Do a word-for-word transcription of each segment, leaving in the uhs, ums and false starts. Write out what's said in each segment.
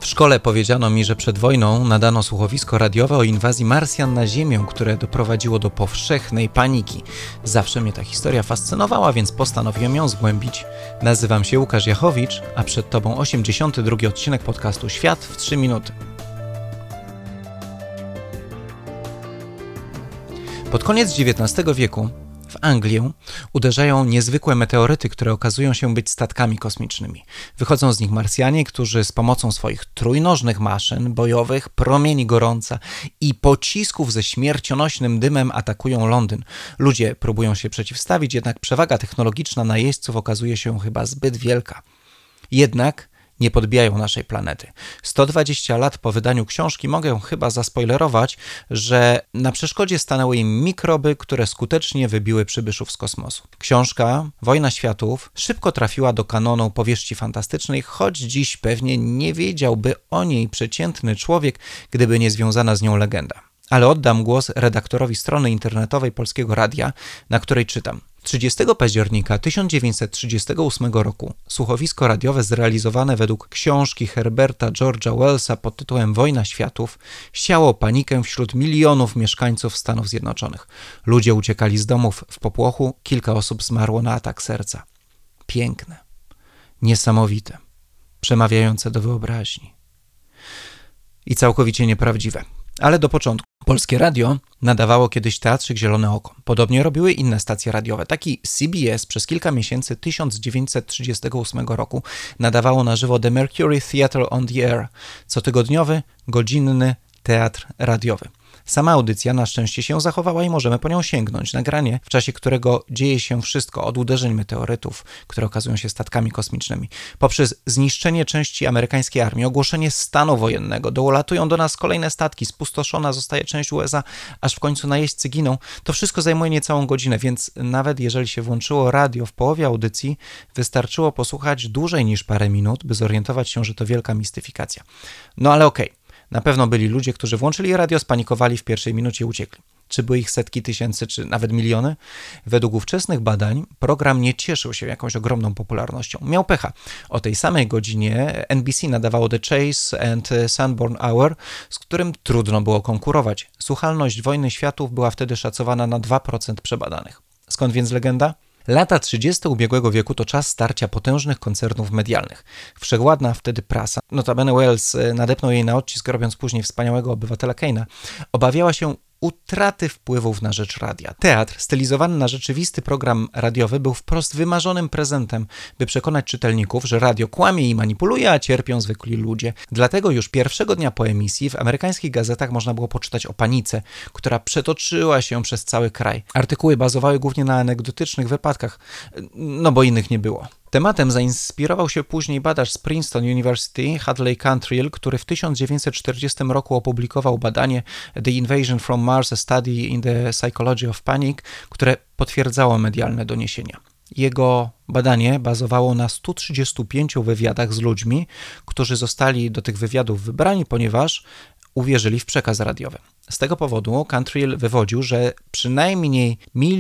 szkole powiedziano mi, że przed wojną nadano słuchowisko radiowe o inwazji Marsjan na Ziemię, które doprowadziło do powszechnej paniki. Zawsze mnie ta historia fascynowała, więc postanowiłem ją zgłębić. Nazywam się Łukasz Jachowicz, a przed Tobą osiemdziesiąty drugi odcinek podcastu Świat w trzy minuty. Pod koniec dziewiętnastego wieku w Anglię uderzają niezwykłe meteoryty, które okazują się być statkami kosmicznymi. Wychodzą z nich Marsjanie, którzy z pomocą swoich trójnożnych maszyn bojowych, promieni gorąca i pocisków ze śmiercionośnym dymem atakują Londyn. Ludzie próbują się przeciwstawić, jednak przewaga technologiczna najeźdźców okazuje się chyba zbyt wielka. Jednak nie podbijają naszej planety. sto dwadzieścia lat po wydaniu książki mogę chyba zaspoilerować, że na przeszkodzie stanęły im mikroby, które skutecznie wybiły przybyszów z kosmosu. Książka Wojna Światów szybko trafiła do kanonu powieści fantastycznej, choć dziś pewnie nie wiedziałby o niej przeciętny człowiek, gdyby nie związana z nią legenda. Ale oddam głos redaktorowi strony internetowej Polskiego Radia, na której czytam. trzydziestego października tysiąc dziewięćset trzydziestego ósmego roku słuchowisko radiowe zrealizowane według książki Herberta George'a Wellsa pod tytułem Wojna Światów siało panikę wśród milionów mieszkańców Stanów Zjednoczonych. Ludzie uciekali z domów w popłochu, kilka osób zmarło na atak serca. Piękne, niesamowite, przemawiające do wyobraźni i całkowicie nieprawdziwe. Ale do początku. Polskie Radio nadawało kiedyś Teatrzyk Zielone Oko. Podobnie robiły inne stacje radiowe. Taki C B S przez kilka miesięcy tysiąc dziewięćset trzydziestego ósmego roku nadawało na żywo The Mercury Theatre on the Air, cotygodniowy, godzinny teatr radiowy. Sama audycja na szczęście się zachowała i możemy po nią sięgnąć. Nagranie, w czasie którego dzieje się wszystko od uderzeń meteorytów, które okazują się statkami kosmicznymi, poprzez zniszczenie części amerykańskiej armii, ogłoszenie stanu wojennego, dolatują do nas kolejne statki, spustoszona zostaje część U S A, aż w końcu najeźdźcy giną. To wszystko zajmuje niecałą godzinę, więc nawet jeżeli się włączyło radio w połowie audycji, wystarczyło posłuchać dłużej niż parę minut, by zorientować się, że to wielka mistyfikacja. No ale okej. Okay. Na pewno byli ludzie, którzy włączyli radio, spanikowali w pierwszej minucie i uciekli. Czy były ich setki tysięcy, czy nawet miliony? Według ówczesnych badań program nie cieszył się jakąś ogromną popularnością. Miał pecha. O tej samej godzinie N B C nadawało The Chase and Sanborn Hour, z którym trudno było konkurować. Słuchalność Wojny Światów była wtedy szacowana na dwa procent przebadanych. Skąd więc legenda? Lata trzydzieste ubiegłego wieku to czas starcia potężnych koncernów medialnych. Wszechwładna wtedy prasa, notabene Wells nadepnął jej na odcisk, robiąc później Wspaniałego obywatela Kane'a, obawiała się utraty wpływów na rzecz radia. Teatr, stylizowany na rzeczywisty program radiowy, był wprost wymarzonym prezentem, by przekonać czytelników, że radio kłamie i manipuluje, a cierpią zwykli ludzie. Dlatego już pierwszego dnia po emisji w amerykańskich gazetach można było poczytać o panice, która przetoczyła się przez cały kraj. Artykuły bazowały głównie na anegdotycznych wypadkach, no bo innych nie było. Tematem zainspirował się później badacz z Princeton University, Hadley Cantrill, który w tysiąc dziewięćset czterdziestym roku opublikował badanie The Invasion from Mars, a Study in the Psychology of Panic, które potwierdzało medialne doniesienia. Jego badanie bazowało na stu trzydziestu pięciu wywiadach z ludźmi, którzy zostali do tych wywiadów wybrani, ponieważ uwierzyli w przekaz radiowy. Z tego powodu Cantrill wywodził, że przynajmniej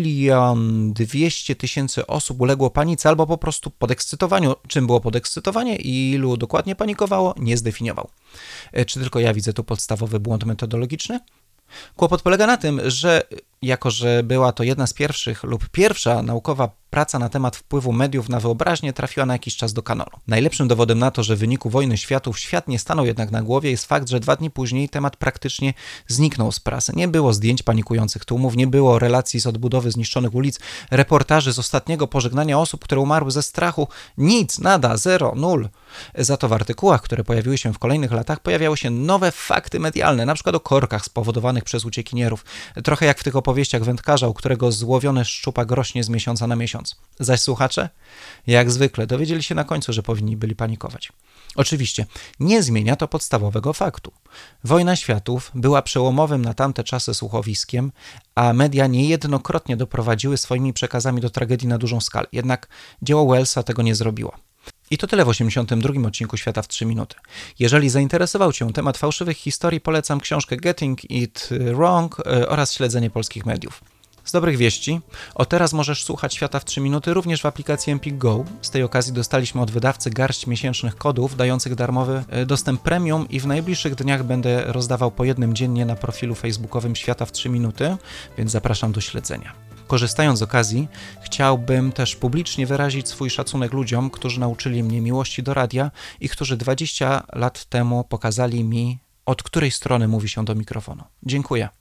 milion dwieście tysięcy osób uległo panice albo po prostu podekscytowaniu. Czym było podekscytowanie i ilu dokładnie panikowało, nie zdefiniował. Czy tylko ja widzę tu podstawowy błąd metodologiczny? Kłopot polega na tym, że jako że była to jedna z pierwszych lub pierwsza naukowa praca na temat wpływu mediów na wyobraźnię, trafiła na jakiś czas do kanonu. Najlepszym dowodem na to, że w wyniku Wojny Światów świat nie stanął jednak na głowie, jest fakt, że dwa dni później temat praktycznie zniknął z prasy. Nie było zdjęć panikujących tłumów, nie było relacji z odbudowy zniszczonych ulic, reportaży z ostatniego pożegnania osób, które umarły ze strachu. Nic, nada, zero, nul. Za to w artykułach, które pojawiły się w kolejnych latach, pojawiały się nowe fakty medialne, na przykład o korkach spowodowanych przez uciekinierów. Trochę jak w tych opowieściach wędkarza, u którego złowiony szczupak rośnie z miesiąca na miesiąc. Zaś słuchacze, jak zwykle, dowiedzieli się na końcu, że powinni byli panikować. Oczywiście nie zmienia to podstawowego faktu. Wojna Światów była przełomowym na tamte czasy słuchowiskiem, a media niejednokrotnie doprowadziły swoimi przekazami do tragedii na dużą skalę. Jednak dzieło Wellsa tego nie zrobiło. I to tyle w osiemdziesiątym drugim odcinku Świata w trzy minuty. Jeżeli zainteresował Cię temat fałszywych historii, polecam książkę Getting It Wrong oraz śledzenie polskich mediów. Z dobrych wieści, od teraz możesz słuchać Świata w trzy minuty również w aplikacji Empik Go. Z tej okazji dostaliśmy od wydawcy garść miesięcznych kodów dających darmowy dostęp premium i w najbliższych dniach będę rozdawał po jednym dziennie na profilu facebookowym Świata w trzy minuty, więc zapraszam do śledzenia. Korzystając z okazji, chciałbym też publicznie wyrazić swój szacunek ludziom, którzy nauczyli mnie miłości do radia i którzy dwadzieścia lat temu pokazali mi, od której strony mówi się do mikrofonu. Dziękuję.